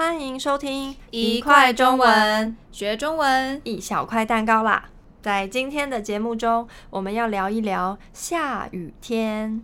欢迎收听一块中文，学中文一小块蛋糕啦。在今天的节目中，我们要聊一聊下雨天。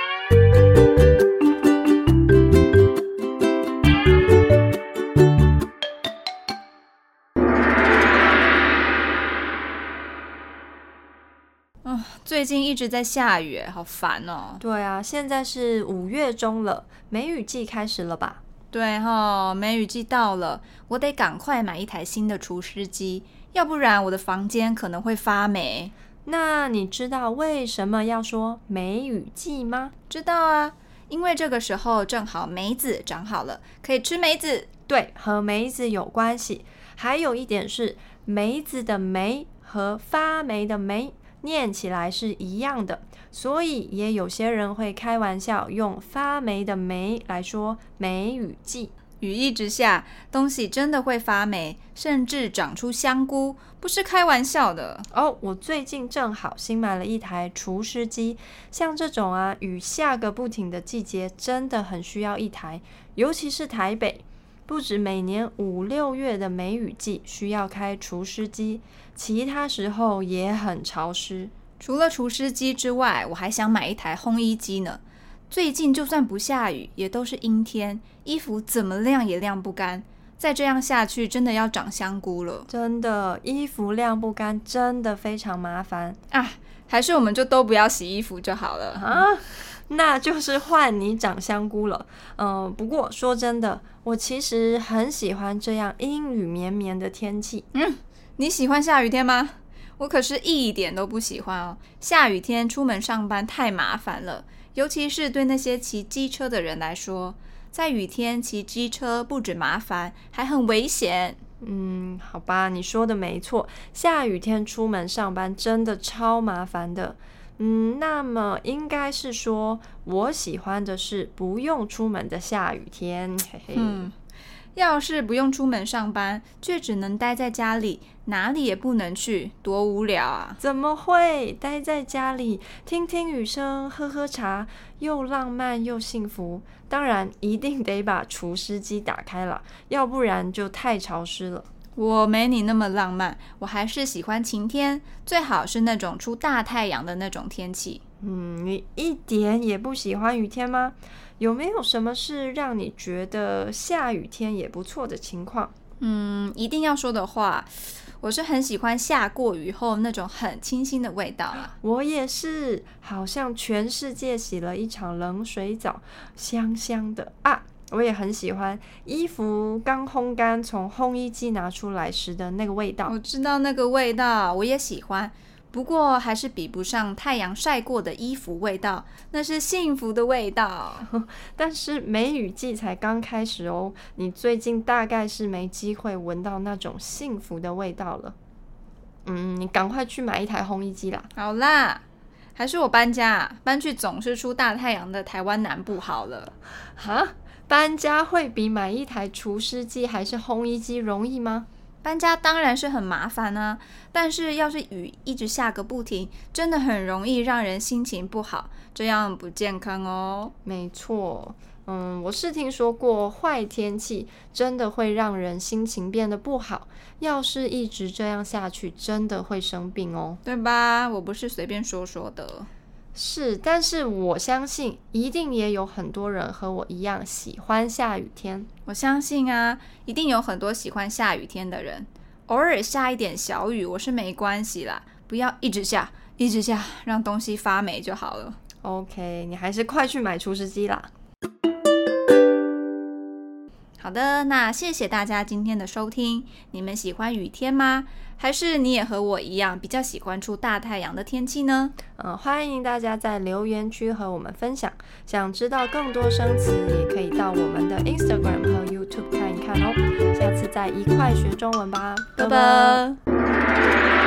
最近一直在下雨，好烦哦。 对啊，现在是5月中了，梅雨季开始了吧？ 对齁，梅雨季到了，我得赶快买一台新的除湿机，要不然我的房间可能会发霉。 那你知道为什么要说梅雨季吗？ 知道啊，因为这个时候正好梅子长好了，可以吃梅子。 对，和梅子有关系。还有一点是，梅子的梅和发霉的霉念起来是一样的，所以也有些人会开玩笑用发霉的霉来说梅雨季。 雨一直下，东西真的会发霉，甚至长出香菇，不是开玩笑的哦。我最近正好新买了一台除湿机，像这种雨下个不停的季节，真的很需要一台，尤其是台北。不止每年5、6月的梅雨季需要开除湿机，其他时候也很潮湿。 除了除湿机之外，我还想买一台烘衣机呢。最近就算不下雨，也都是阴天，衣服怎么晾也晾不干。再这样下去，真的要长香菇了。 真的，衣服晾不干真的非常麻烦啊！还是我们就都不要洗衣服就好了啊。那就是换你长香菇了。不过说真的，我其实很喜欢这样阴雨绵绵的天气。 你喜欢下雨天吗？我可是一点都不喜欢哦。下雨天出门上班太麻烦了，尤其是对那些骑机车的人来说，在雨天骑机车不止麻烦，还很危险。 好吧，你说的没错，下雨天出门上班真的超麻烦的。那么应该是说，我喜欢的是不用出门的下雨天，嘿嘿。 要是不用出门上班，却只能待在家里，哪里也不能去，多无聊啊！ 怎么会？待在家里，听听雨声，喝喝茶，又浪漫又幸福。当然，一定得把除湿机打开了，要不然就太潮湿了。 我没你那么浪漫，我还是喜欢晴天，最好是那种出大太阳的那种天气。 你一点也不喜欢雨天吗？有没有什么是让你觉得下雨天也不错的情况？ 一定要说的话，我是很喜欢下过雨后那种很清新的味道啊。 我也是，好像全世界洗了一场冷水澡，香香的啊。我也很喜欢衣服刚烘干从烘衣机拿出来时的那个味道。 我知道那个味道，我也喜欢，不过还是比不上太阳晒过的衣服味道，那是幸福的味道。 但是梅雨季才刚开始哦，你最近大概是没机会闻到那种幸福的味道了。你赶快去买一台烘衣机啦。 好啦，还是我搬家，搬去总是出大太阳的台湾南部好了。 哈？搬家会比买一台除湿机还是烘衣机容易吗？ 搬家当然是很麻烦啊，但是要是雨一直下个不停，真的很容易让人心情不好，这样不健康哦。 没错，我是听说过坏天气真的会让人心情变得不好，要是一直这样下去，真的会生病哦。 对吧？我不是随便说说的。 是，但是我相信一定也有很多人和我一样喜欢下雨天。 我相信啊，一定有很多喜欢下雨天的人。偶尔下一点小雨我是没关系啦，不要一直下，一直下，让东西发霉就好了。 OK， 你还是快去买除湿机啦。 好的，那谢谢大家今天的收听。你们喜欢雨天吗？还是你也和我一样比较喜欢出大太阳的天气呢？ 欢迎大家在留言区和我们分享。想知道更多生词，也可以到我们的 Instagram 和 YouTube 看一看哦。下次再一块学中文吧， 拜拜。